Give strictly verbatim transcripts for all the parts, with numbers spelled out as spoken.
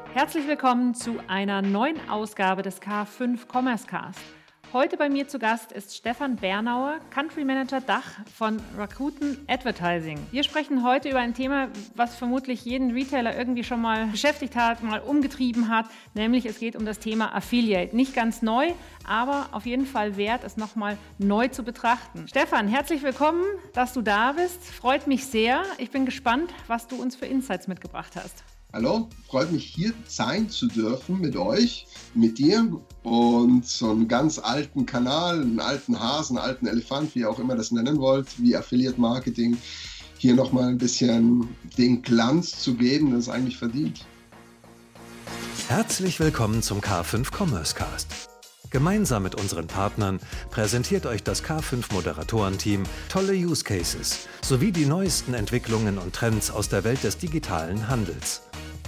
Herzlich willkommen zu einer neuen Ausgabe des K fünf Commerce Cast. Heute bei mir zu Gast ist Stefan Bernauer, Country Manager Dach von Rakuten Advertising. Wir sprechen heute über ein Thema, was vermutlich jeden Retailer irgendwie schon mal beschäftigt hat, mal umgetrieben hat, nämlich es geht um das Thema Affiliate. Nicht ganz neu, aber auf jeden Fall wert, es nochmal neu zu betrachten. Stefan, herzlich willkommen, dass du da bist. Freut mich sehr. Ich bin gespannt, was du uns für Insights mitgebracht hast. Hallo, freut mich hier sein zu dürfen mit euch, mit dir und so einen ganz alten Kanal, einen alten Hasen, einen alten Elefant, wie ihr auch immer das nennen wollt, wie Affiliate Marketing, hier nochmal ein bisschen den Glanz zu geben, das es eigentlich verdient. Herzlich willkommen zum K fünf Commerce Cast. Gemeinsam mit unseren Partnern präsentiert euch das K fünf Moderatorenteam tolle Use Cases sowie die neuesten Entwicklungen und Trends aus der Welt des digitalen Handels.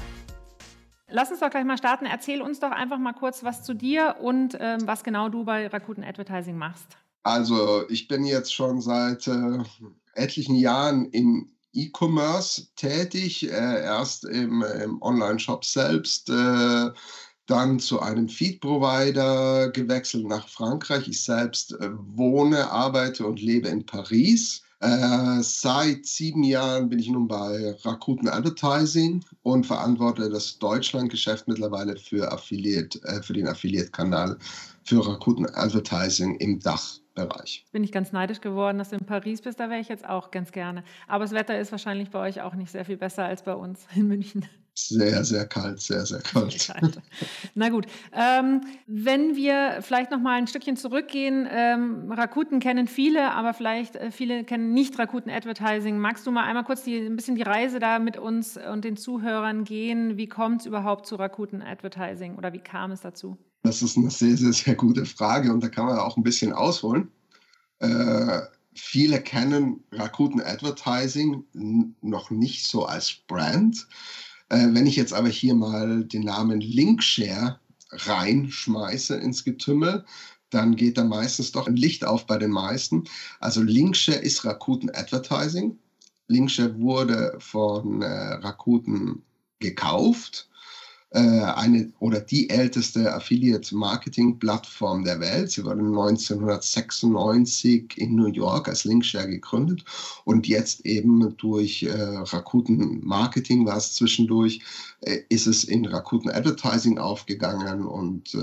Lass uns doch gleich mal starten. Erzähl uns doch einfach mal kurz was zu dir und ähm, was genau du bei Rakuten Advertising machst. Also ich bin jetzt schon seit äh, etlichen Jahren im E-Commerce tätig, äh, erst im, im Online-Shop selbst, äh, dann zu einem Feed-Provider gewechselt nach Frankreich. Ich selbst äh, wohne, arbeite und lebe in Paris. Äh, seit sieben Jahren bin ich nun bei Rakuten Advertising und verantworte das Deutschlandgeschäft mittlerweile für Affiliate, äh, für den Affiliate-Kanal für Rakuten Advertising im Dachbereich. Bin ich ganz neidisch geworden, dass du in Paris bist, da wäre ich jetzt auch ganz gerne. Aber das Wetter ist wahrscheinlich bei euch auch nicht sehr viel besser als bei uns in München. Sehr, sehr kalt, sehr, sehr kalt. Sehr kalt. Na gut, ähm, wenn wir vielleicht noch mal ein Stückchen zurückgehen, ähm, Rakuten kennen viele, aber vielleicht äh, viele kennen nicht Rakuten Advertising. Magst du mal einmal kurz die, ein bisschen die Reise da mit uns und den Zuhörern gehen? Wie kommt es überhaupt zu Rakuten Advertising oder wie kam es dazu? Das ist eine sehr, sehr, sehr gute Frage und da kann man auch ein bisschen ausholen. Äh, viele kennen Rakuten Advertising n- noch nicht so als Brand. Wenn ich jetzt aber hier mal den Namen Linkshare reinschmeiße ins Getümmel, dann geht da meistens doch ein Licht auf bei den meisten. Also Linkshare ist Rakuten Advertising. Linkshare wurde von äh, Rakuten gekauft. Äh, eine oder die älteste Affiliate-Marketing-Plattform der Welt. Sie wurde neunzehnhundertsechsundneunzig in New York als Linkshare gegründet und jetzt eben durch äh, Rakuten Marketing war es zwischendurch, äh, ist es in Rakuten Advertising aufgegangen und äh,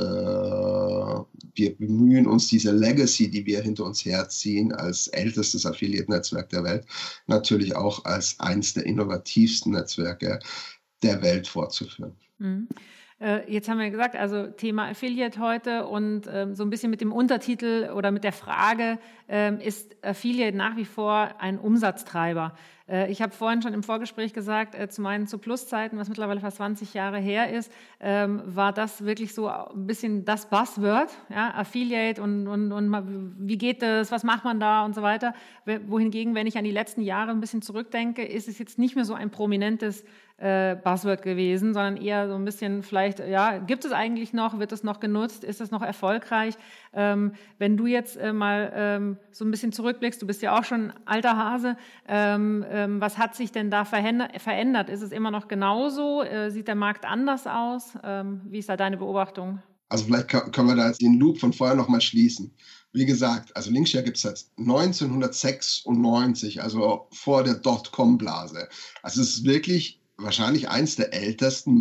wir bemühen uns, diese Legacy, die wir hinter uns herziehen, als ältestes Affiliate-Netzwerk der Welt, natürlich auch als eines der innovativsten Netzwerke der Welt fortzuführen. Mhm. Äh, jetzt haben wir gesagt, also Thema Affiliate heute und ähm, so ein bisschen mit dem Untertitel oder mit der Frage, ähm, ist Affiliate nach wie vor ein Umsatztreiber? Äh, ich habe vorhin schon im Vorgespräch gesagt, äh, zu meinen Zu-Plus-Zeiten, was mittlerweile fast zwanzig Jahre her ist, ähm, war das wirklich so ein bisschen das Buzzword, ja, Affiliate und, und, und wie geht das, was macht man da und so weiter. Wohingegen, wenn ich an die letzten Jahre ein bisschen zurückdenke, ist es jetzt nicht mehr so ein prominentes äh, Buzzword gewesen, sondern eher so ein bisschen vielleicht, ja, gibt es eigentlich noch, wird es noch genutzt, ist es noch erfolgreich? Ähm, wenn du jetzt äh, mal ähm, so ein bisschen zurückblickst, du bist ja auch schon ein alter Hase, ähm, ähm, was hat sich denn da verändert? Ist es immer noch genauso? Äh, sieht der Markt anders aus? Ähm, wie ist da deine Beobachtung? Also vielleicht können wir da jetzt den Loop von vorher nochmal schließen. Wie gesagt, also Linkshare gibt es seit neunzehnhundertsechsundneunzig, also vor der Dotcom-Blase. Also es ist wirklich wahrscheinlich eins der ältesten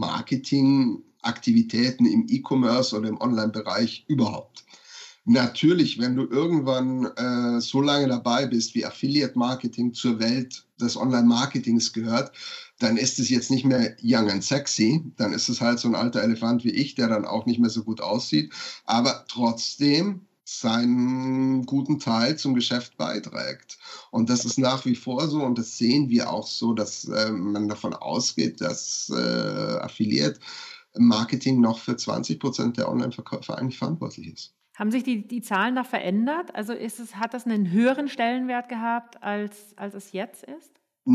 Marketingaktivitäten im E-Commerce oder im Online-Bereich überhaupt. Natürlich, wenn du irgendwann äh, so lange dabei bist, wie Affiliate-Marketing zur Welt des Online-Marketings gehört, dann ist es jetzt nicht mehr young and sexy. Dann ist es halt so ein alter Elefant wie ich, der dann auch nicht mehr so gut aussieht, aber trotzdem seinen guten Teil zum Geschäft beiträgt. Und das ist nach wie vor so und das sehen wir auch so, dass äh, man davon ausgeht, dass äh, Affiliate-Marketing noch für zwanzig Prozent der Online-Verkäufe eigentlich verantwortlich ist. Haben sich die, die Zahlen da verändert? Also ist es, hat das einen höheren Stellenwert gehabt, als, als es jetzt ist?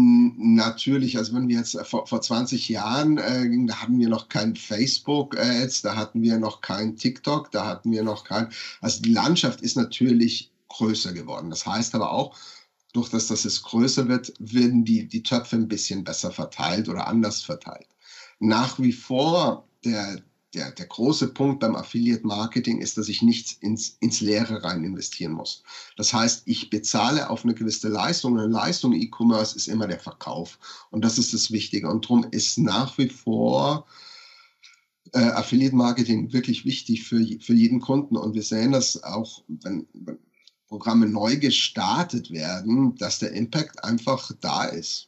Natürlich, also wenn wir jetzt vor, vor zwanzig Jahren, äh, da hatten wir noch kein Facebook-Ads, da hatten wir noch kein TikTok, da hatten wir noch kein, also die Landschaft ist natürlich größer geworden. Das heißt aber auch, durch das, dass es größer wird, werden die, die Töpfe ein bisschen besser verteilt oder anders verteilt. Nach wie vor der, der, der große Punkt beim Affiliate-Marketing ist, dass ich nichts ins, ins Leere rein investieren muss. Das heißt, ich bezahle auf eine gewisse Leistung. Eine Leistung im E-Commerce ist immer der Verkauf. Und das ist das Wichtige. Und darum ist nach wie vor äh, Affiliate-Marketing wirklich wichtig für, für jeden Kunden. Und wir sehen das auch, wenn, wenn Programme neu gestartet werden, dass der Impact einfach da ist.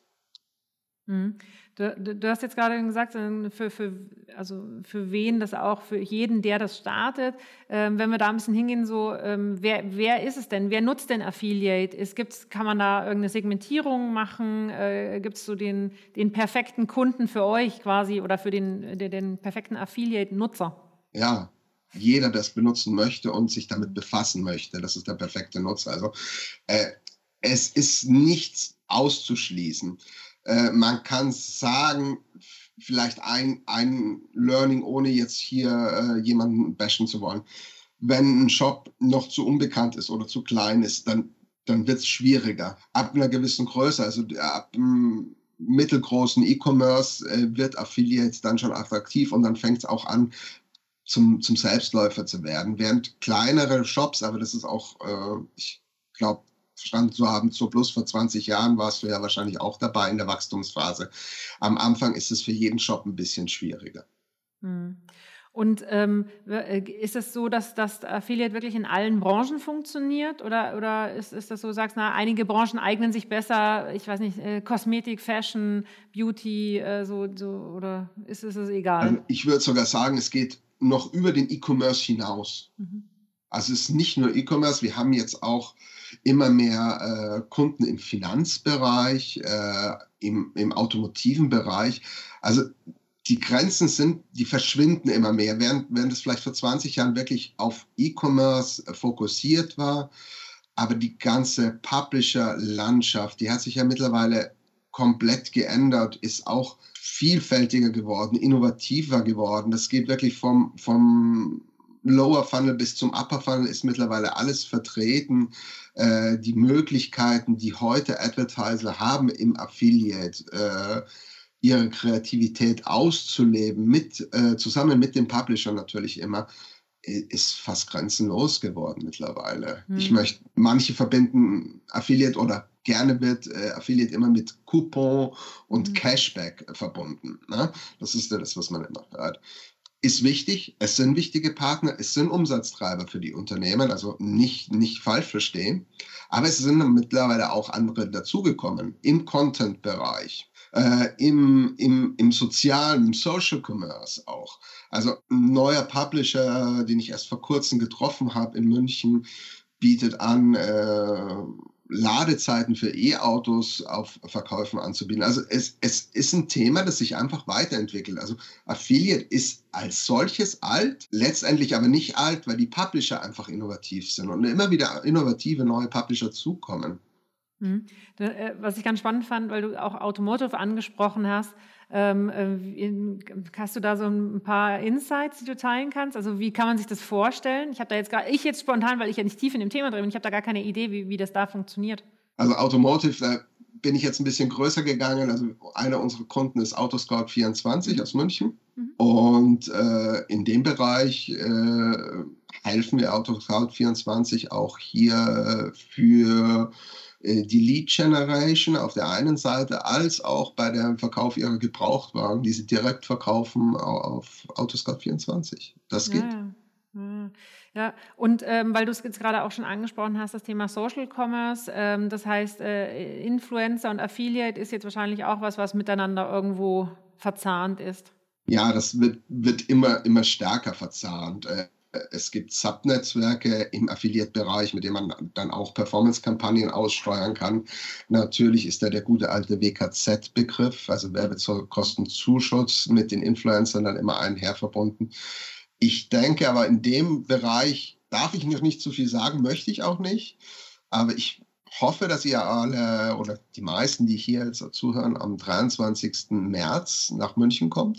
Mhm. Du, du, du hast jetzt gerade gesagt, für, für, also für wen das auch, für jeden, der das startet. Ähm, wenn wir da ein bisschen hingehen, so ähm, wer, wer ist es denn? Wer nutzt denn Affiliate? Es gibt's, kann man da irgendeine Segmentierung machen? Äh, Gibt es so den, den perfekten Kunden für euch quasi oder für den, den, den perfekten Affiliate-Nutzer? Ja, jeder, der es benutzen möchte und sich damit befassen möchte, das ist der perfekte Nutzer. Also äh, es ist nichts auszuschließen. Äh, man kann sagen, vielleicht ein, ein Learning, ohne jetzt hier äh, jemanden bashen zu wollen. Wenn ein Shop noch zu unbekannt ist oder zu klein ist, dann, dann wird es schwieriger. Ab einer gewissen Größe, also ab einem mittelgroßen E-Commerce äh, wird Affiliate dann schon attraktiv und dann fängt es auch an, zum, zum Selbstläufer zu werden. Während kleinere Shops, aber das ist auch, äh, ich glaube, verstanden zu haben, so plus vor zwanzig Jahren warst du ja wahrscheinlich auch dabei in der Wachstumsphase. Am Anfang ist es für jeden Shop ein bisschen schwieriger. Hm. Und ähm, ist es so, dass das Affiliate wirklich in allen Branchen funktioniert? Oder, oder ist, ist das so, du sagst, na, einige Branchen eignen sich besser, ich weiß nicht, äh, Kosmetik, Fashion, Beauty, äh, so, so, oder ist, ist es egal? Also ich würde sogar sagen, es geht noch über den E-Commerce hinaus. Mhm. Also es ist nicht nur E-Commerce, wir haben jetzt auch immer mehr äh, Kunden im Finanzbereich, äh, im, im automotiven Bereich. Also die Grenzen sind, die verschwinden immer mehr. Während, während es vielleicht vor zwanzig Jahren wirklich auf E-Commerce fokussiert war, aber die ganze Publisher-Landschaft, die hat sich ja mittlerweile komplett geändert, ist auch vielfältiger geworden, innovativer geworden. Das geht wirklich vom, vom Lower Funnel bis zum Upper Funnel ist mittlerweile alles vertreten. Äh, die Möglichkeiten, die heute Advertiser haben im Affiliate, äh, ihre Kreativität auszuleben, mit, äh, zusammen mit dem Publisher natürlich immer, ist fast grenzenlos geworden mittlerweile. Hm. Ich möchte, manche verbinden Affiliate oder gerne wird äh, Affiliate immer mit Coupon und hm. Cashback verbunden. Ne? Das ist ja das, was man immer hört. Ist wichtig, es sind wichtige Partner, es sind Umsatztreiber für die Unternehmen, also nicht, nicht falsch verstehen, aber es sind mittlerweile auch andere dazugekommen im Content-Bereich. Äh, im, im, im sozialen, im Social Commerce auch. Also ein neuer Publisher, den ich erst vor kurzem getroffen habe in München, bietet an, äh, Ladezeiten für E-Autos auf Verkäufen anzubieten. Also es, es ist ein Thema, das sich einfach weiterentwickelt. Also Affiliate ist als solches alt, letztendlich aber nicht alt, weil die Publisher einfach innovativ sind und immer wieder innovative neue Publisher zukommen. Mhm. Was ich ganz spannend fand, weil du auch Automotive angesprochen hast, ähm, hast du da so ein paar Insights, die du teilen kannst? Also wie kann man sich das vorstellen? Ich habe da jetzt gar, ich jetzt spontan, weil ich ja nicht tief in dem Thema drin bin, ich habe da gar keine Idee, wie, wie das da funktioniert. Also Automotive, da bin ich jetzt ein bisschen größer gegangen. Also einer unserer Kunden ist Autoscout vierundzwanzig mhm. aus München. Mhm. Und äh, in dem Bereich äh, helfen wir Autoscout vierundzwanzig auch hier für die Lead Generation auf der einen Seite, als auch bei dem Verkauf ihrer Gebrauchtwagen, die sie direkt verkaufen auf Autoscout vierundzwanzig. Das geht. Ja, ja. Ja, und ähm, weil du es jetzt gerade auch schon angesprochen hast, das Thema Social Commerce, ähm, das heißt, äh, Influencer und Affiliate ist jetzt wahrscheinlich auch was, was miteinander irgendwo verzahnt ist. Ja, das wird, wird immer, immer stärker verzahnt. Äh, Es gibt Subnetzwerke im Affiliate-Bereich, mit denen man dann auch Performance-Kampagnen aussteuern kann. Natürlich ist da der gute alte W K Z-Begriff, also Werbekostenzuschuss, mit den Influencern dann immer einher verbunden. Ich denke aber, in dem Bereich darf ich noch nicht zu viel sagen, möchte ich auch nicht. Aber ich hoffe, dass ihr alle oder die meisten, die hier jetzt zuhören, am dreiundzwanzigsten März nach München kommt.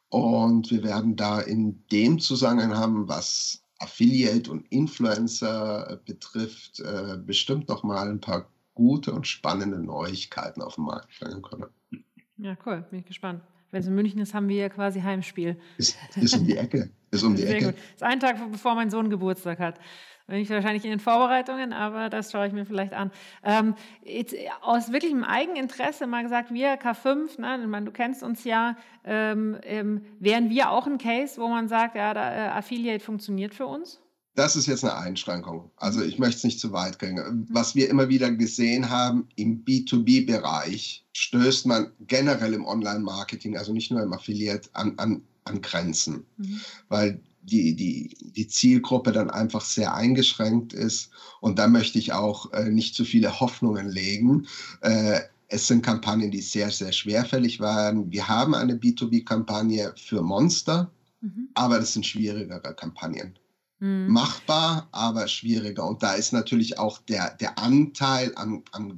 Und wir werden da in dem Zusammenhang, was Affiliate und Influencer betrifft, äh, bestimmt noch mal ein paar gute und spannende Neuigkeiten auf den Markt bringen können. Ja, cool, bin ich gespannt. Wenn es in München ist, haben wir ja quasi Heimspiel. Ist, ist um die Ecke. Ist um die Sehr Ecke. gut. Ist ein Tag, bevor mein Sohn Geburtstag hat. Bin ich wahrscheinlich in den Vorbereitungen, aber das schaue ich mir vielleicht an. Ähm, jetzt, aus wirklichem Eigeninteresse mal gesagt, wir K fünf, ne, ich meine, du kennst uns ja, ähm, ähm, wären wir auch ein Case, wo man sagt, ja, da, äh, Affiliate funktioniert für uns? Das ist jetzt eine Einschränkung. Also ich möchte es nicht zu weit gehen. Was wir immer wieder gesehen haben, im B zwei B-Bereich stößt man generell im Online-Marketing, also nicht nur im Affiliate, an, an, an Grenzen. Mhm. Weil die, die, die Zielgruppe dann einfach sehr eingeschränkt ist. Und da möchte ich auch äh, nicht zu viele Hoffnungen legen. Äh, es sind Kampagnen, die sehr, sehr schwerfällig waren. Wir haben eine B zwei B-Kampagne für Monster, mhm. aber das sind schwierigere Kampagnen. Mhm. Machbar, aber schwieriger. Und da ist natürlich auch der, der Anteil am, am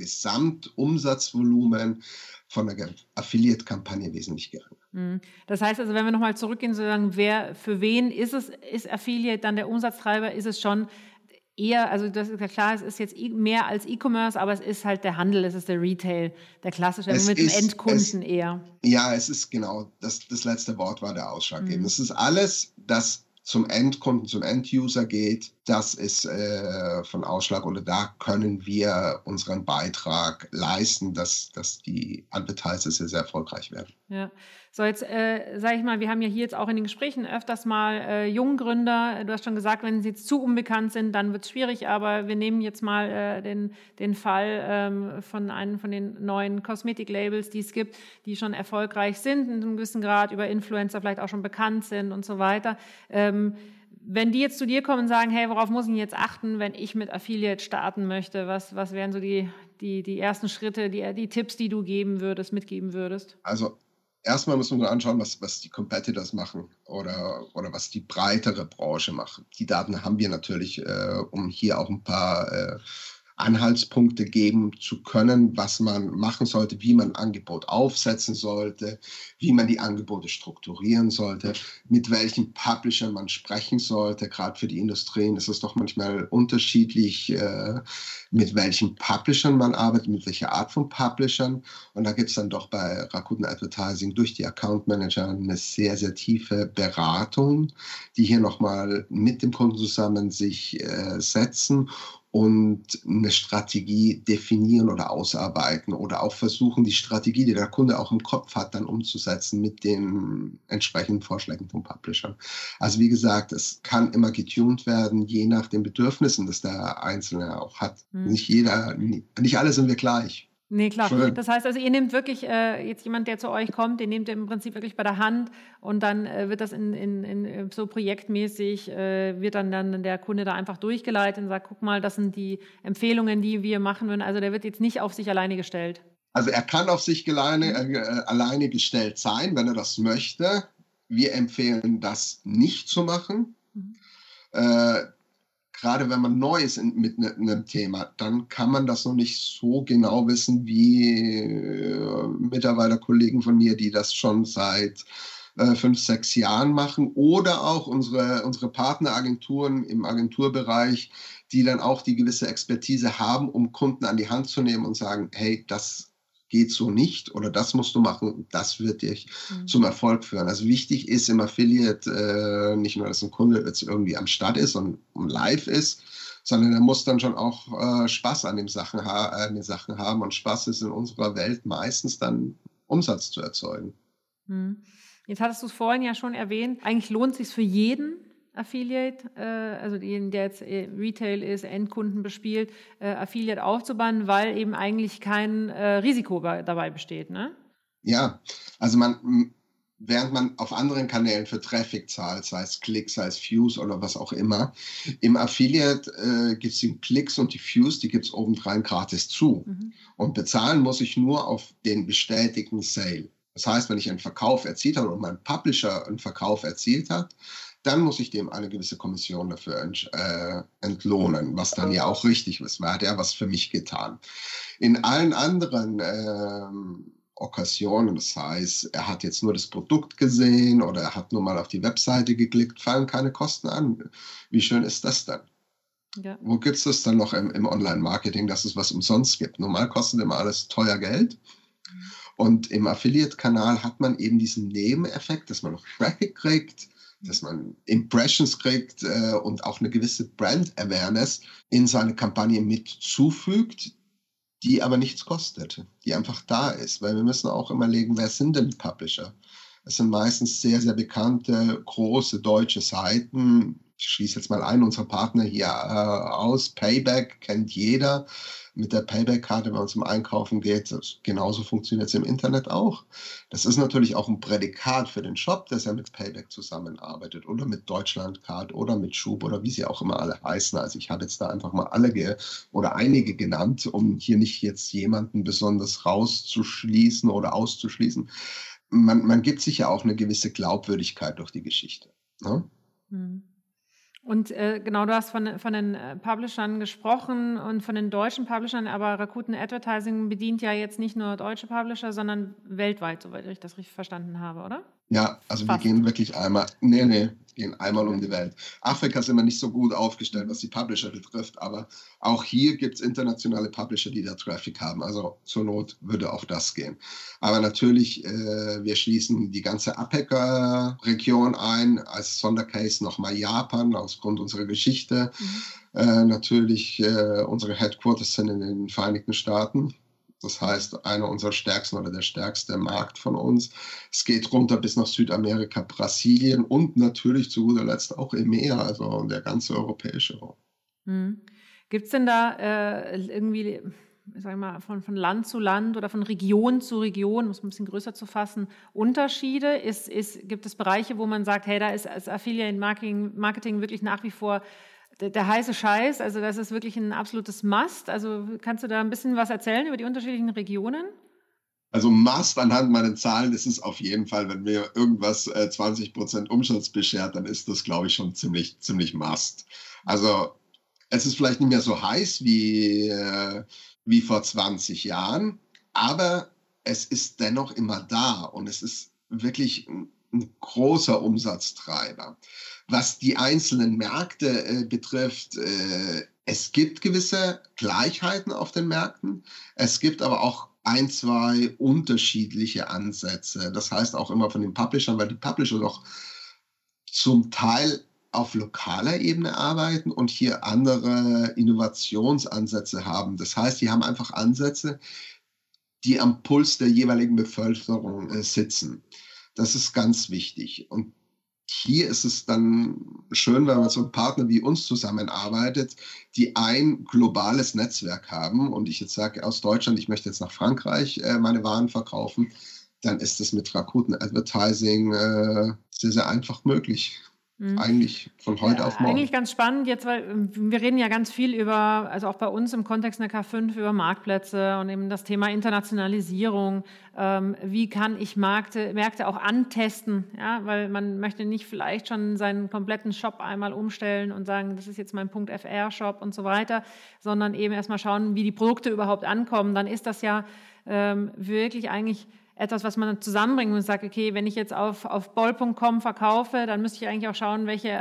Gesamtumsatzvolumen von der Affiliate-Kampagne wesentlich geringer. Mhm. Das heißt also, wenn wir nochmal zurückgehen, sozusagen, wer, für wen ist es, ist Affiliate dann der Umsatztreiber, ist es schon eher, also das ist ja klar, es ist jetzt mehr als E-Commerce, aber es ist halt der Handel, es ist der Retail, der klassische, also mit dem Endkunden es, eher. Ja, es ist genau, das, das letzte Wort war der ausschlaggebende. Mhm. Es ist alles, das zum Endkunden, zum Enduser geht, das ist äh, von Ausschlag, oder da können wir unseren Beitrag leisten, dass, dass die Advertiser sehr, sehr erfolgreich werden. Ja, so jetzt äh, sage ich mal, wir haben ja hier jetzt auch in den Gesprächen öfters mal äh, Junggründer, du hast schon gesagt, wenn sie jetzt zu unbekannt sind, dann wird es schwierig, aber wir nehmen jetzt mal äh, den, den Fall ähm, von einem von den neuen Kosmetik-Labels, die es gibt, die schon erfolgreich sind, in einem gewissen Grad über Influencer vielleicht auch schon bekannt sind und so weiter. Ähm, Wenn die jetzt zu dir kommen und sagen, hey, worauf muss ich jetzt achten, wenn ich mit Affiliate starten möchte? Was, was wären so die, die, die ersten Schritte, die, die Tipps, die du geben würdest, mitgeben würdest? Also erstmal müssen wir anschauen, was, was die Competitors machen oder, oder was die breitere Branche macht. Die Daten haben wir natürlich, äh, um hier auch ein paar äh, Anhaltspunkte geben zu können, was man machen sollte, wie man ein Angebot aufsetzen sollte, wie man die Angebote strukturieren sollte, mit welchen Publishern man sprechen sollte. Gerade für die Industrien ist es doch manchmal unterschiedlich, äh, mit welchen Publishern man arbeitet, mit welcher Art von Publishern. Und da gibt es dann doch bei Rakuten Advertising durch die Account Manager eine sehr, sehr tiefe Beratung, die hier nochmal mit dem Kunden zusammen sich äh, setzen und eine Strategie definieren oder ausarbeiten oder auch versuchen, die Strategie, die der Kunde auch im Kopf hat, dann umzusetzen mit den entsprechenden Vorschlägen vom Publisher. Also wie gesagt, es kann immer getuned werden, je nach den Bedürfnissen, das der Einzelne auch hat. Hm. Nicht jeder, nicht alle sind wir gleich. Nee, klar. Schön. Das heißt also, ihr nehmt wirklich äh, jetzt jemand, der zu euch kommt, den nehmt ihr im Prinzip wirklich bei der Hand und dann äh, wird das in, in, in so projektmäßig, äh, wird dann, dann der Kunde da einfach durchgeleitet und sagt, guck mal, das sind die Empfehlungen, die wir machen würden. Also der wird jetzt nicht auf sich alleine gestellt. Also er kann auf sich alleine, äh, alleine gestellt sein, wenn er das möchte. Wir empfehlen, das nicht zu machen. Mhm. Äh, Gerade wenn man neu ist in, mit ne, einem Thema, dann kann man das noch nicht so genau wissen wie äh, Mitarbeiter, Kollegen von mir, die das schon seit äh, fünf, sechs Jahren machen. Oder auch unsere, unsere Partneragenturen im Agenturbereich, die dann auch die gewisse Expertise haben, um Kunden an die Hand zu nehmen und sagen, hey, das geht so nicht oder das musst du machen, das wird dich mhm. zum Erfolg führen. Also wichtig ist im Affiliate äh, nicht nur, dass ein Kunde jetzt irgendwie am Start ist und, und live ist, sondern er muss dann schon auch äh, Spaß an den Sachen, ha- an den Sachen haben, und Spaß ist in unserer Welt meistens dann Umsatz zu erzeugen. Mhm. Jetzt hattest du es vorhin ja schon erwähnt, eigentlich lohnt es sich für jeden Affiliate, äh, also den, der jetzt äh, Retail ist, Endkunden bespielt, äh, Affiliate aufzubauen, weil eben eigentlich kein äh, Risiko bei, dabei besteht, ne? Ja, also man, während man auf anderen Kanälen für Traffic zahlt, sei es Klicks, sei es Views oder was auch immer, im Affiliate äh, gibt es die Klicks und die Views, die gibt es obendrein gratis zu. Mhm. Und bezahlen muss ich nur auf den bestätigten Sale. Das heißt, wenn ich einen Verkauf erzielt habe und mein Publisher einen Verkauf erzielt hat, dann muss ich dem eine gewisse Kommission dafür ent, äh, entlohnen, was dann ja auch richtig ist, weil er hat ja was für mich getan. In allen anderen ähm, Okkasionen, das heißt, er hat jetzt nur das Produkt gesehen oder er hat nur mal auf die Webseite geklickt, fallen keine Kosten an. Wie schön ist das dann? Ja. Wo gibt es das dann noch im, im Online-Marketing, dass es was umsonst gibt? Normal kostet immer alles teuer Geld. Und im Affiliate-Kanal hat man eben diesen Nebeneffekt, dass man noch Traffic kriegt, dass man Impressions kriegt äh, und auch eine gewisse Brand-Awareness in seine Kampagne mit zufügt, die aber nichts kostet, die einfach da ist. Weil wir müssen auch immer legen, wer sind denn Publisher? Es sind meistens sehr, sehr bekannte, große deutsche Seiten. Ich schließe jetzt mal einen unserer Partner hier äh, aus. Payback kennt jeder. Mit der Payback-Karte, wenn man zum Einkaufen geht, das, genauso funktioniert es im Internet auch. Das ist natürlich auch ein Prädikat für den Shop, dass er mit Payback zusammenarbeitet oder mit Deutschlandcard oder mit Schub oder wie sie auch immer alle heißen. Also ich habe jetzt da einfach mal alle ge- oder einige genannt, um hier nicht jetzt jemanden besonders rauszuschließen oder auszuschließen. Man, man gibt sich ja auch eine gewisse Glaubwürdigkeit durch die Geschichte. Ne? Hm. Und äh, genau, du hast von, von den äh, Publishern gesprochen und von den deutschen Publishern, aber Rakuten Advertising bedient ja jetzt nicht nur deutsche Publisher, sondern weltweit, soweit ich das richtig verstanden habe, oder? Ja, also Fast. wir gehen wirklich einmal, nee, nee, gehen einmal um die Welt. Afrika sind wir nicht so gut aufgestellt, was die Publisher betrifft, aber auch hier gibt es internationale Publisher, die da Traffic haben. Also zur Not würde auch das gehen. Aber natürlich, äh, wir schließen die ganze A P E C-Region ein, als Sondercase nochmal Japan, ausgrund unserer Geschichte. Mhm. Äh, natürlich, äh, unsere Headquarters sind in den Vereinigten Staaten. Das heißt, einer unserer stärksten oder der stärkste Markt von uns. Es geht runter bis nach Südamerika, Brasilien und natürlich zu guter Letzt auch E M E A, also der ganze europäische Raum. Hm. Gibt es denn da äh, irgendwie, sag ich mal, von, von Land zu Land oder von Region zu Region, um es ein bisschen größer zu fassen, Unterschiede? Ist, ist, gibt es Bereiche, wo man sagt, hey, da ist als Affiliate Marketing, Marketing wirklich nach wie vor Der, der heiße Scheiß, also das ist wirklich ein absolutes Must. Also kannst du da ein bisschen was erzählen über die unterschiedlichen Regionen? Also Must anhand meiner Zahlen ist es auf jeden Fall, wenn mir irgendwas äh, zwanzig Prozent Umsatz beschert, dann ist das, glaube ich, schon ziemlich, ziemlich Must. Also es ist vielleicht nicht mehr so heiß wie, äh, wie vor zwanzig Jahren, aber es ist dennoch immer da und es ist wirklich ein, ein großer Umsatztreiber. Was die einzelnen Märkte äh, betrifft, äh, es gibt gewisse Gleichheiten auf den Märkten. Es gibt aber auch ein, zwei unterschiedliche Ansätze. Das heißt auch immer von den Publishern, weil die Publisher doch zum Teil auf lokaler Ebene arbeiten und hier andere Innovationsansätze haben. Das heißt, die haben einfach Ansätze, die am Puls der jeweiligen Bevölkerung äh, sitzen. Das ist ganz wichtig. Und hier ist es dann schön, wenn man so ein Partner wie uns zusammenarbeitet, die ein globales Netzwerk haben. Und ich jetzt sage aus Deutschland, ich möchte jetzt nach Frankreich äh, meine Waren verkaufen, dann ist das mit Rakuten Advertising äh, sehr, sehr einfach möglich. Mhm. Eigentlich von heute ja, auf morgen. Eigentlich ganz spannend jetzt, weil wir reden ja ganz viel über, also auch bei uns im Kontext der K fünf, über Marktplätze und eben das Thema Internationalisierung. Ähm, wie kann ich Märkte, Märkte auch antesten? Ja, weil man möchte nicht vielleicht schon seinen kompletten Shop einmal umstellen und sagen, das ist jetzt mein .F R-Shop und so weiter, sondern eben erstmal schauen, wie die Produkte überhaupt ankommen. Dann ist das ja ähm, wirklich eigentlich etwas, was man zusammenbringt und sagt, okay, wenn ich jetzt auf, auf bol punkt com verkaufe, dann müsste ich eigentlich auch schauen, welche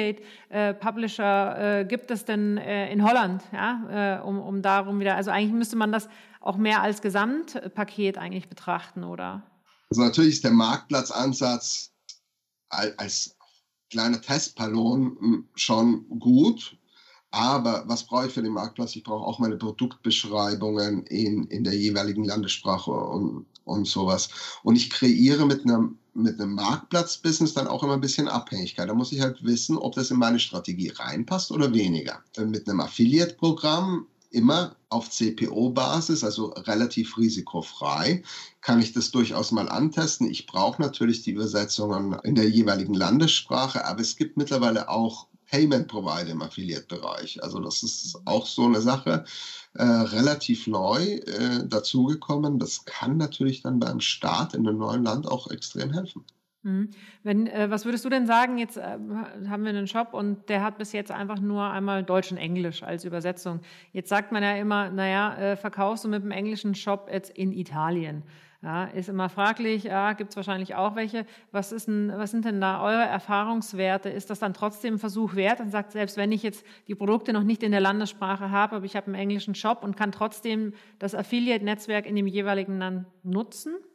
Affiliate-Publisher äh, äh, gibt es denn äh, in Holland, ja, äh, um, um darum wieder, also eigentlich müsste man das auch mehr als Gesamtpaket eigentlich betrachten, oder? Also natürlich ist der Marktplatzansatz als, als kleiner Testballon schon gut, aber was brauche ich für den Marktplatz? Ich brauche auch meine Produktbeschreibungen in, in der jeweiligen Landessprache und, und sowas. Und ich kreiere mit einem, mit einem Marktplatz-Business dann auch immer ein bisschen Abhängigkeit. Da muss ich halt wissen, ob das in meine Strategie reinpasst oder weniger. Mit einem Affiliate-Programm immer auf C P O-Basis, also relativ risikofrei, kann ich das durchaus mal antesten. Ich brauche natürlich die Übersetzungen in der jeweiligen Landessprache, aber es gibt mittlerweile auch Payment Provider im Affiliate-Bereich. Also das ist auch so eine Sache, äh, relativ neu äh, dazugekommen. Das kann natürlich dann beim Start in einem neuen Land auch extrem helfen. Mhm. Wenn, äh, was würdest du denn sagen, jetzt äh, haben wir einen Shop und der hat bis jetzt einfach nur einmal Deutsch und Englisch als Übersetzung. Jetzt sagt man ja immer, naja, äh, verkaufst du mit dem englischen Shop jetzt in Italien? Ja, ist immer fraglich, ja, gibt es wahrscheinlich auch welche. Was, ist denn, was sind denn da eure Erfahrungswerte? Ist das dann trotzdem ein Versuch wert? Und sagt, selbst wenn ich jetzt die Produkte noch nicht in der Landessprache habe, aber ich habe einen englischen Shop und kann trotzdem das Affiliate-Netzwerk in dem jeweiligen Land nutzen?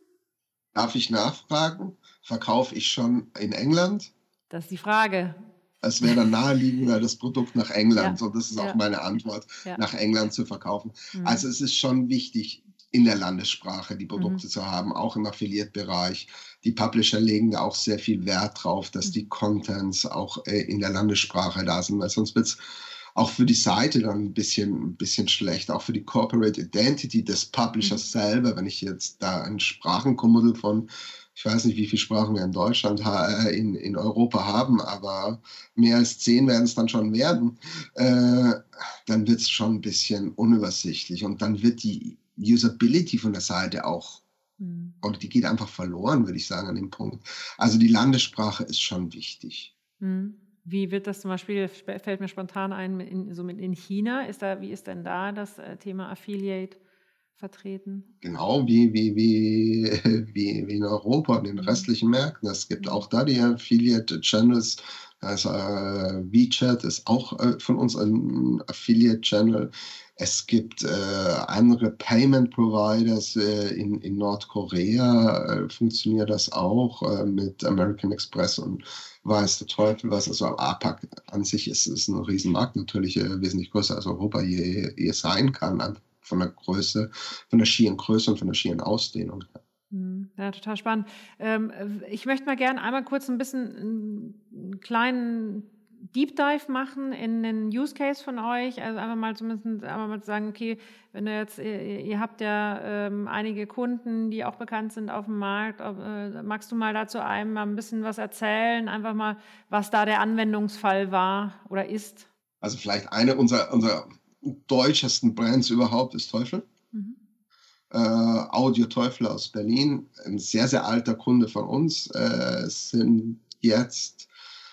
Darf ich nachfragen? Verkaufe ich schon in England? Das ist die Frage. Es wäre dann naheliegender, das Produkt nach England, Ja, und das ist auch ja, meine Antwort, ja. nach England zu verkaufen. Mhm. Also es ist schon wichtig, in der Landessprache die Produkte Mhm. zu haben, auch im Affiliate-Bereich. Die Publisher legen da auch sehr viel Wert drauf, dass die Contents auch äh, in der Landessprache da sind, weil sonst wird es auch für die Seite dann ein bisschen, ein bisschen schlecht, auch für die Corporate Identity des Publishers Mhm. selber. Wenn ich jetzt da ein Sprachenkommodell von, ich weiß nicht, wie viele Sprachen wir in Deutschland, äh, in, in Europa haben, aber mehr als zehn werden es dann schon werden, äh, dann wird es schon ein bisschen unübersichtlich und dann wird die Usability von der Seite auch, Mhm. oder die geht einfach verloren, würde ich sagen, an dem Punkt. Also die Landessprache ist schon wichtig. Mhm. Wie wird das zum Beispiel, fällt mir spontan ein, in, so mit in China, ist da, wie ist denn da das äh, Thema Affiliate vertreten? Genau wie, wie, wie, wie, wie in Europa und den Mhm. restlichen Märkten. Es gibt Mhm. auch da die Affiliate Channels. Also äh, WeChat ist auch äh, von uns ein Affiliate Channel. Es gibt äh, andere Payment Providers äh, in, in Nordkorea, äh, funktioniert das auch äh, mit American Express und weiß der Teufel was. Also A PAC an sich ist, ist ein Riesenmarkt, natürlich äh, wesentlich größer als Europa je, je sein kann, an, von der Größe, von der schieren Größe und von der schieren Ausdehnung. Mhm. Ja, total spannend. Ähm, ich möchte mal gerne einmal kurz ein bisschen einen kleinen Deep Dive machen in den Use Case von euch. Also einfach mal zumindest einmal mal sagen, okay, wenn du jetzt, ihr, ihr habt ja ähm, einige Kunden, die auch bekannt sind auf dem Markt. Ob, äh, magst du mal dazu einem mal ein bisschen was erzählen? Einfach mal, was da der Anwendungsfall war oder ist? Also vielleicht eine unserer, unserer deutschesten Brands überhaupt ist Teufel. Mhm. Äh, Audio Teufel aus Berlin, ein sehr, sehr alter Kunde von uns, äh, sind jetzt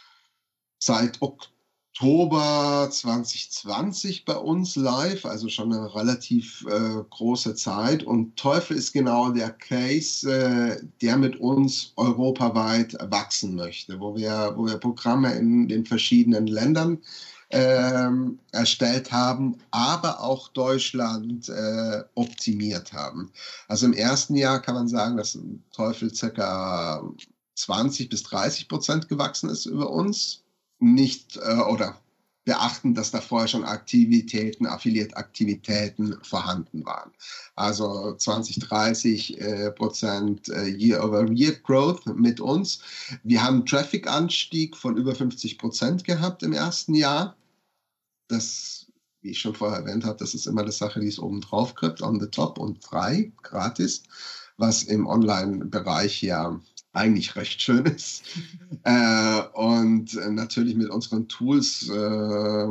seit Oktober zwanzig zwanzig bei uns live, also schon eine relativ äh, große Zeit. Und Teufel ist genau der Case, äh, der mit uns europaweit wachsen möchte, wo wir, wo wir Programme in den verschiedenen Ländern ähm, erstellt haben, aber auch Deutschland äh, optimiert haben. Also im ersten Jahr kann man sagen, dass Teufel circa zwanzig bis dreißig Prozent gewachsen ist über uns. Nicht äh, oder beachten, dass da vorher schon Aktivitäten, Affiliate-Aktivitäten vorhanden waren. Also zwanzig, dreißig äh, Prozent äh, Year-over-Year-Growth mit uns. Wir haben einen Traffic-Anstieg von über fünfzig Prozent gehabt im ersten Jahr. Das, wie ich schon vorher erwähnt habe, das ist immer eine Sache, die es oben drauf kriegt, on the top und frei, gratis, was im Online-Bereich ja eigentlich recht schön ist. äh, und natürlich mit unseren Tools, äh,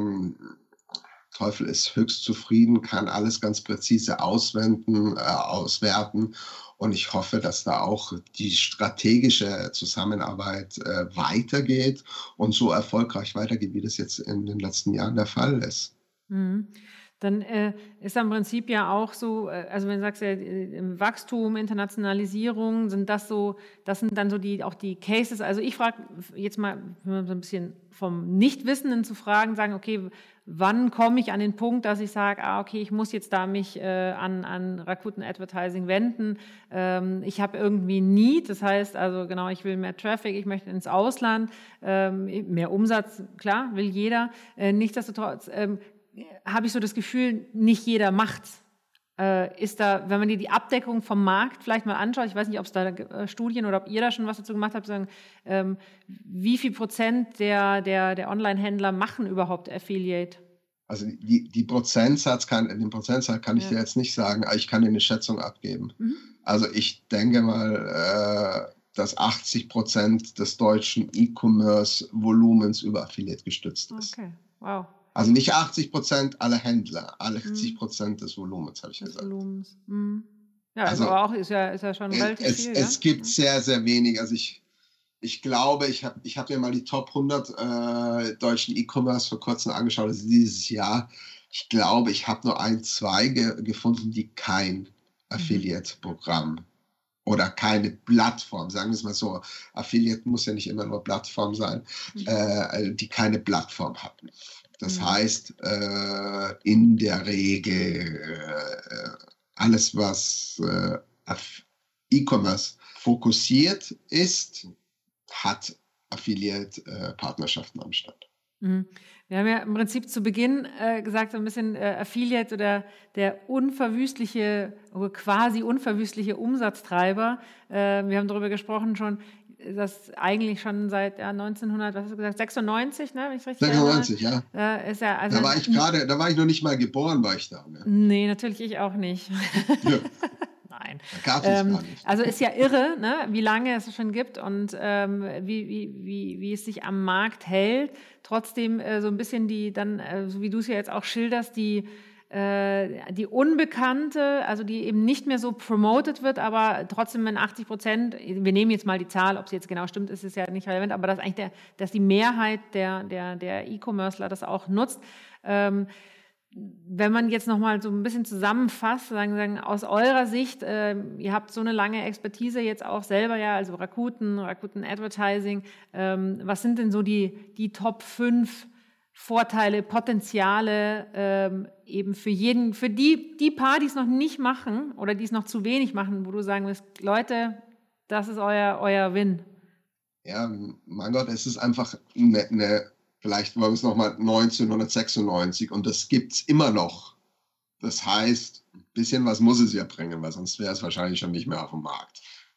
Teufel ist höchst zufrieden, kann alles ganz präzise auswenden, äh, auswerten. Und ich hoffe, dass da auch die strategische Zusammenarbeit äh, weitergeht und so erfolgreich weitergeht, wie das jetzt in den letzten Jahren der Fall ist. Mhm. Dann äh, ist im Prinzip ja auch so, äh, also wenn du sagst, ja, äh, Wachstum, Internationalisierung, sind das so, das sind dann so die auch die Cases. Also ich frage jetzt mal, so ein bisschen vom Nichtwissenden zu fragen, sagen, okay, wann komme ich an den Punkt, dass ich sage, ah, okay, ich muss jetzt da mich äh, an, an Rakuten Advertising wenden. Ähm, ich habe irgendwie Need, das heißt also genau, ich will mehr Traffic, ich möchte ins Ausland, ähm, mehr Umsatz, klar, will jeder. Äh, nichtsdestotrotz ähm, habe ich so das Gefühl, nicht jeder macht's. Äh, ist da, wenn man dir die Abdeckung vom Markt vielleicht mal anschaut, ich weiß nicht, ob es da äh, Studien oder ob ihr da schon was dazu gemacht habt, sagen, ähm, wie viel Prozent der, der, der Online-Händler machen überhaupt Affiliate? Also die, die Prozentsatz kann, den Prozentsatz kann ich Ja. dir jetzt nicht sagen, aber ich kann dir eine Schätzung abgeben. Mhm. Also ich denke mal, äh, dass achtzig Prozent des deutschen E-Commerce-Volumens über Affiliate gestützt ist. Okay, wow. Also nicht achtzig Prozent aller Händler, achtzig Prozent mhm. des Volumens, habe ich des gesagt. Volumens. Mhm. Ja, also, aber auch ist ja, ist ja schon relativ es, viel. Es ja? gibt ja. sehr, sehr wenig. Also ich, ich glaube, ich habe ich hab mir mal die Top hundert äh, deutschen E-Commerce vor kurzem angeschaut, also dieses Jahr. Ich glaube, ich habe nur ein, zwei ge gefunden, die kein Affiliate-Programm mhm. oder keine Plattform, sagen wir es mal so, Affiliate muss ja nicht immer nur Plattform sein, mhm. äh, die keine Plattform hatten. Das mhm. heißt, äh, in der Regel äh, alles, was äh, E-Commerce fokussiert ist, hat Affiliate-Partnerschaften am Start. Mhm. Wir haben ja im Prinzip zu Beginn äh, gesagt, so ein bisschen äh, Affiliate oder der unverwüstliche oder quasi unverwüstliche Umsatztreiber. Äh, wir haben darüber gesprochen schon, dass eigentlich schon seit ja, neunzehnhundert, was hast du gesagt, sechsundneunzig, ne, wenn ich richtig sechsundneunzig, erinnere, ja. Äh, ist ja also da war ich gerade, da war ich noch nicht mal geboren, war ich da. Ne? Nee, natürlich ich auch nicht. Ja. Nein. Da gab es Ähm, gar nicht. also ist ja irre, ne, wie lange es schon gibt und ähm, wie, wie, wie, wie es sich am Markt hält. Trotzdem äh, so ein bisschen die, dann, äh, so wie du es ja jetzt auch schilderst, die, äh, die Unbekannte, also die eben nicht mehr so promoted wird, aber trotzdem in achtzig Prozent, wir nehmen jetzt mal die Zahl, ob sie jetzt genau stimmt, ist es ja nicht relevant, aber dass eigentlich der, dass die Mehrheit der, der, der E-Commercer das auch nutzt. Ähm, Wenn man jetzt nochmal so ein bisschen zusammenfasst, sagen, sagen aus eurer Sicht, äh, ihr habt so eine lange Expertise jetzt auch selber ja, also Rakuten, Rakuten Advertising, ähm, was sind denn so die, die Top fünf Vorteile, Potenziale ähm, eben für jeden, für die, die paar, die es noch nicht machen oder die es noch zu wenig machen, wo du sagen wirst, Leute, das ist euer, euer Win. Ja, mein Gott, es ist einfach eine, eine vielleicht war es nochmal neunzehnhundertsechsundneunzig und das gibt es immer noch. Das heißt, ein bisschen was muss es ja bringen, weil sonst wäre es wahrscheinlich schon nicht mehr auf dem Markt.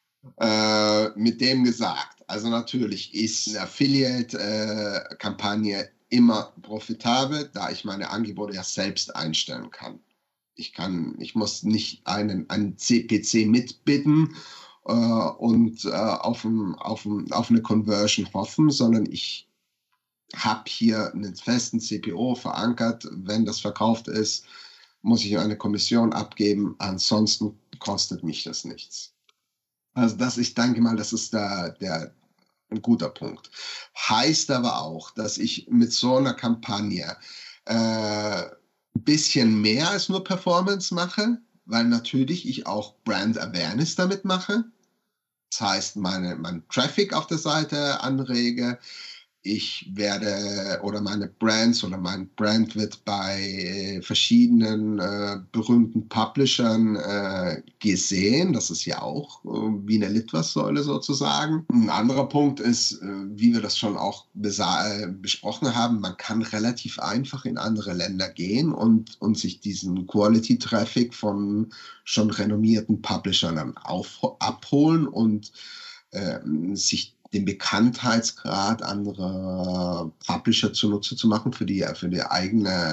Äh, mit dem gesagt, also natürlich ist eine Affiliate-Kampagne immer profitabel, da ich meine Angebote ja selbst einstellen kann. Ich kann, ich muss nicht einen, einen C P C mitbitten äh, und äh, auf, ein, auf, ein, auf eine Conversion hoffen, sondern ich habe hier einen festen C P O verankert. Wenn das verkauft ist, muss ich eine Kommission abgeben. Ansonsten kostet mich das nichts. Also das, ich denke mal, das ist der, der, ein guter Punkt. Heißt aber auch, dass ich mit so einer Kampagne äh, ein bisschen mehr als nur Performance mache, weil natürlich ich auch Brand Awareness damit mache. Das heißt, meine, mein Traffic auf der Seite anrege. Ich werde oder meine Brands oder mein Brand wird bei äh, verschiedenen äh, berühmten Publishern äh, gesehen. Das ist ja auch äh, wie eine Litfaßsäule sozusagen. Ein anderer Punkt ist, äh, wie wir das schon auch besa- besprochen haben, man kann relativ einfach in andere Länder gehen und, und sich diesen Quality-Traffic von schon renommierten Publishern dann auf, abholen und äh, sich den Bekanntheitsgrad anderer Publisher zunutze zu machen für die, für die eigene,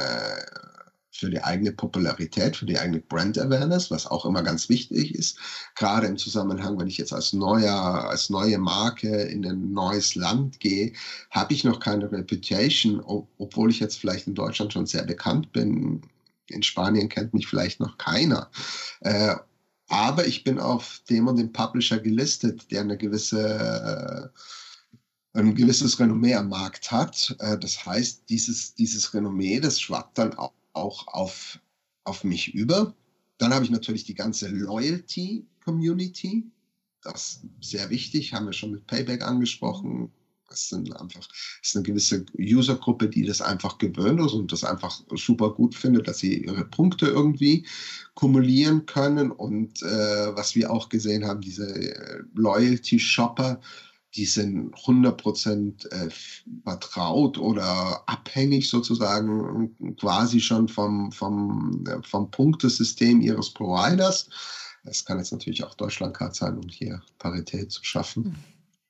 für die eigene Popularität, für die eigene Brand Awareness, was auch immer ganz wichtig ist. Gerade im Zusammenhang, wenn ich jetzt als neuer, als neue Marke in ein neues Land gehe, habe ich noch keine Reputation, ob, obwohl ich jetzt vielleicht in Deutschland schon sehr bekannt bin. In Spanien kennt mich vielleicht noch keiner. Äh, Aber ich bin auf dem und dem Publisher gelistet, der eine gewisse, äh, ein gewisses Renommee am Markt hat. Äh, das heißt, dieses, dieses Renommee, das schwappt dann auch, auch auf, auf mich über. Dann habe ich natürlich die ganze Loyalty-Community. Das ist sehr wichtig, haben wir schon mit Payback angesprochen. Das sind einfach, das ist eine gewisse Usergruppe, die das einfach gewöhnt ist und das einfach super gut findet, dass sie ihre Punkte irgendwie kumulieren können. Und äh, was wir auch gesehen haben, diese Loyalty-Shopper, die sind hundert Prozent äh, vertraut oder abhängig sozusagen quasi schon vom, vom, vom Punktesystem ihres Providers. Das kann jetzt natürlich auch Deutschlandcard sein, um hier Parität zu schaffen. Mhm.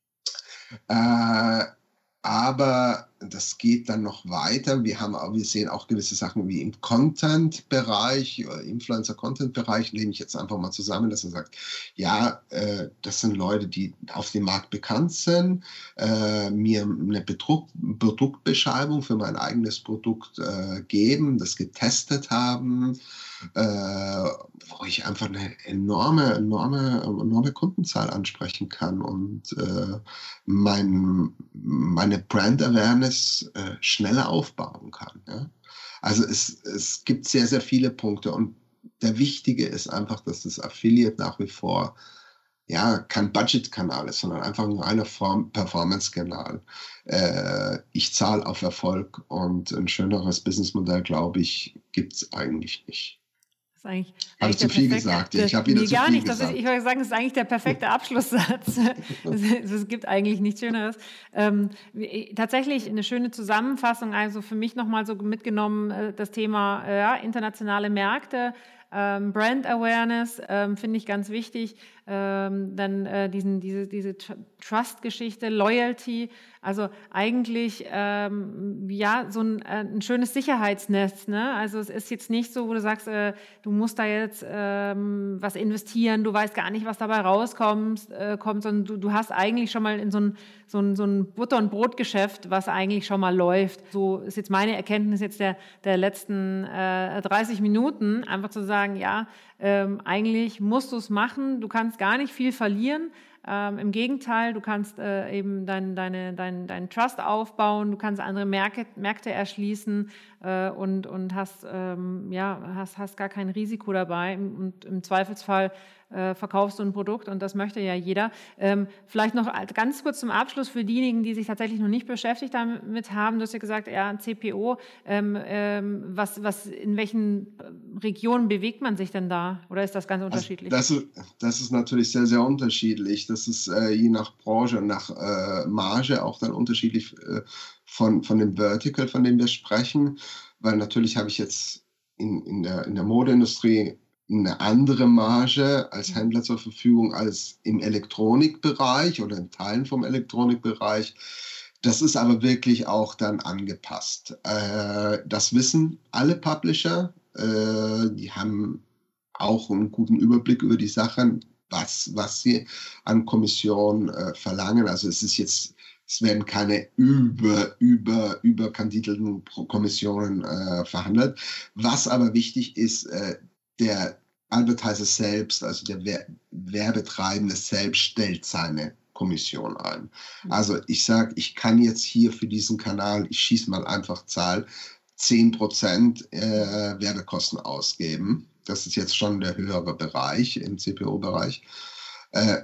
Äh, aber das geht dann noch weiter. Wir haben, wir sehen auch gewisse Sachen wie im Content-Bereich, Influencer-Content-Bereich, nehme ich jetzt einfach mal zusammen, dass er sagt, ja, äh, das sind Leute, die auf dem Markt bekannt sind, äh, mir eine Bedruck, Produktbeschreibung für mein eigenes Produkt äh, geben, das getestet haben, äh, wo ich einfach eine enorme, enorme, enorme Kundenzahl ansprechen kann und äh, mein, meine Brand Awareness äh, schneller aufbauen kann. Ja? Also es, es gibt sehr, sehr viele Punkte und der Wichtige ist einfach, dass das Affiliate nach wie vor ja kein Budget-Kanal ist, sondern einfach ein reiner Performance-Kanal. Äh, ich zahle auf Erfolg und ein schöneres Businessmodell, glaube ich, gibt es eigentlich nicht. ist eigentlich, Habe eigentlich ich zu viel perfekte, gesagt? Ich habe wieder nee, zu gar viel nicht. Das gesagt. ist, ich würde sagen, das ist eigentlich der perfekte Abschlusssatz. es, es gibt eigentlich nichts Schöneres. Ähm, tatsächlich eine schöne Zusammenfassung, also für mich nochmal so mitgenommen, das Thema äh, ja, internationale Märkte, ähm, Brand Awareness ähm, finde ich ganz wichtig. Ähm, dann äh, diesen, diese, diese Trust-Geschichte, Loyalty, also eigentlich ähm, ja so ein, äh, ein schönes Sicherheitsnetz. Ne? Also es ist jetzt nicht so, wo du sagst, äh, du musst da jetzt ähm, was investieren, du weißt gar nicht, was dabei rauskommt, äh, kommt, sondern du, du hast eigentlich schon mal in so ein, so ein, so ein Butter- und Brotgeschäft, was eigentlich schon mal läuft. So ist jetzt meine Erkenntnis jetzt der, der letzten äh, dreißig Minuten, einfach zu sagen, ja, ähm, eigentlich musst du es machen, du kannst gar nicht viel verlieren. Ähm, Im Gegenteil, du kannst äh, eben deinen deine, dein, dein Trust aufbauen, du kannst andere Märkte, Märkte erschließen äh, und, und hast, ähm, ja, hast, hast gar kein Risiko dabei. Und im Zweifelsfall äh, verkaufst du ein Produkt und das möchte ja jeder. Ähm, vielleicht noch ganz kurz zum Abschluss für diejenigen, die sich tatsächlich noch nicht beschäftigt damit haben. Du hast ja gesagt, ja, C P O, ähm, ähm, was, was, in welchen Regionen bewegt man sich denn da? Oder ist das ganz unterschiedlich? Also das, ist, das ist natürlich sehr, sehr unterschiedlich. Das ist äh, je nach Branche und nach äh, Marge auch dann unterschiedlich äh, von, von dem Vertical, von dem wir sprechen. Weil natürlich habe ich jetzt in, in, der, in der Modeindustrie eine andere Marge als Händler zur Verfügung als im Elektronikbereich oder in Teilen vom Elektronikbereich. Das ist aber wirklich auch dann angepasst. Äh, das wissen alle Publisher. Äh, die haben auch einen guten Überblick über die Sachen, was, was sie an Kommission äh, verlangen. Also es ist jetzt, es werden keine über, über, überkandidelten Kommissionen äh, verhandelt. Was aber wichtig ist, äh, der Advertiser selbst, also der Wer- Werbetreibende selbst stellt seine Kommission ein. Also ich sage, ich kann jetzt hier für diesen Kanal, ich schieße mal einfach Zahl, zehn Prozent äh, Werbekosten ausgeben. Das ist jetzt schon der höhere Bereich im C P O-Bereich. Äh,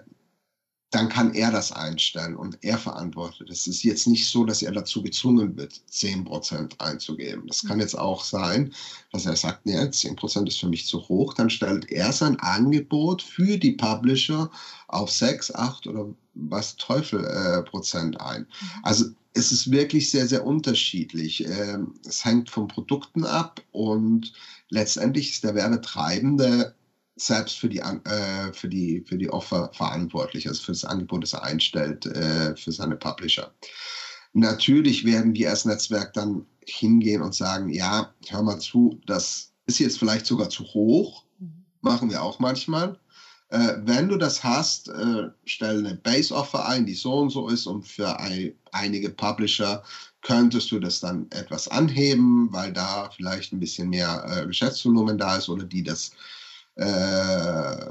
dann kann er das einstellen und er verantwortet. Es ist jetzt nicht so, dass er dazu gezwungen wird, zehn Prozent einzugeben. Das kann jetzt auch sein, dass er sagt, nee, zehn Prozent ist für mich zu hoch. Dann stellt er sein Angebot für die Publisher auf sechs, acht oder was Teufel äh, Prozent ein. Also es ist wirklich sehr, sehr unterschiedlich. Ähm, es hängt von Produkten ab und letztendlich ist der Werbetreibende selbst für die, äh, für die, für die Offer verantwortlich, also für das Angebot, das er einstellt äh, für seine Publisher. Natürlich werden wir als Netzwerk dann hingehen und sagen, ja, hör mal zu, das ist jetzt vielleicht sogar zu hoch, machen wir auch manchmal. Äh, wenn du das hast, äh, stell eine Base-Offer ein, die so und so ist und für ein, einige Publisher könntest du das dann etwas anheben, weil da vielleicht ein bisschen mehr äh, Geschäftsvolumen da ist oder die das äh,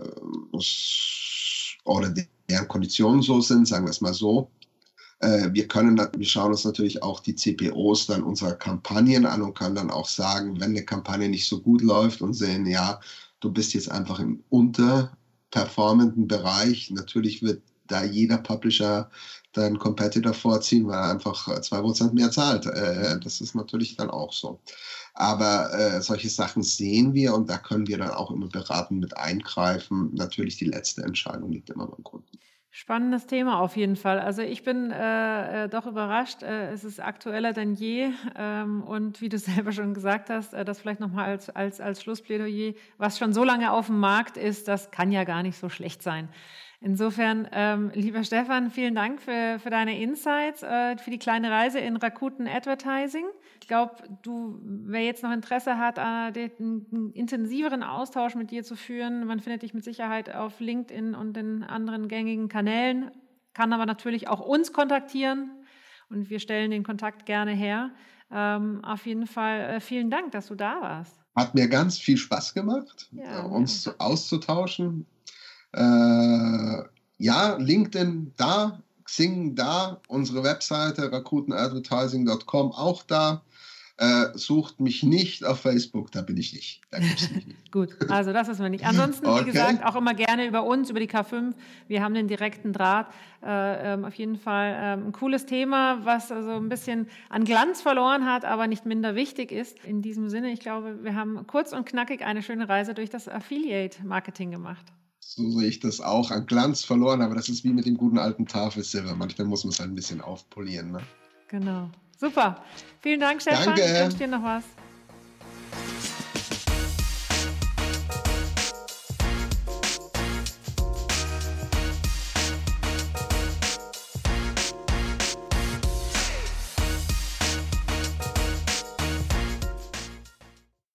oder deren Konditionen so sind, sagen wir es mal so. Äh, wir können, wir schauen uns natürlich auch die C P Os dann unserer Kampagnen an und können dann auch sagen, wenn eine Kampagne nicht so gut läuft und sehen, ja, du bist jetzt einfach im unterperformenden Bereich. Natürlich wird da jeder Publisher deinen Competitor vorziehen, weil er einfach zwei Prozent mehr zahlt. Äh, das ist natürlich dann auch so. Aber äh, solche Sachen sehen wir und da können wir dann auch immer beratend mit eingreifen. Natürlich die letzte Entscheidung liegt immer beim Kunden. Spannendes Thema auf jeden Fall. Also ich bin äh, äh, doch überrascht. Äh, es ist aktueller denn je. Ähm, und wie du selber schon gesagt hast, äh, das vielleicht nochmal als, als, als Schlussplädoyer, was schon so lange auf dem Markt ist, das kann ja gar nicht so schlecht sein. Insofern, ähm, lieber Stefan, vielen Dank für, für deine Insights, äh, für die kleine Reise in Rakuten Advertising. Ich glaube, du, wer jetzt noch Interesse hat, äh, den, einen intensiveren Austausch mit dir zu führen, man findet dich mit Sicherheit auf LinkedIn und den anderen gängigen Kanälen, kann aber natürlich auch uns kontaktieren und wir stellen den Kontakt gerne her. Ähm, auf jeden Fall äh, vielen Dank, dass du da warst. Hat mir ganz viel Spaß gemacht, ja, äh, uns ja. auszutauschen. Äh, ja, LinkedIn da, Xing da, unsere Webseite rakuten advertising punkt com auch da. Äh, sucht mich nicht auf Facebook, da bin ich nicht. Da gibt's mich nicht. Gut, also das ist mir nicht. Ansonsten, Okay. wie gesagt, auch immer gerne über uns, über die K fünf. Wir haben den direkten Draht. Äh, ähm, auf jeden Fall ähm, ein cooles Thema, was also ein bisschen an Glanz verloren hat, aber nicht minder wichtig ist. In diesem Sinne, ich glaube, wir haben kurz und knackig eine schöne Reise durch das Affiliate-Marketing gemacht. So sehe ich das auch, an Glanz verloren, aber das ist wie mit dem guten alten Tafelsilber. Manchmal muss man es halt ein bisschen aufpolieren. Ne? Genau. Super. Vielen Dank, Stefan. Danke. Ich wünsche dir noch was.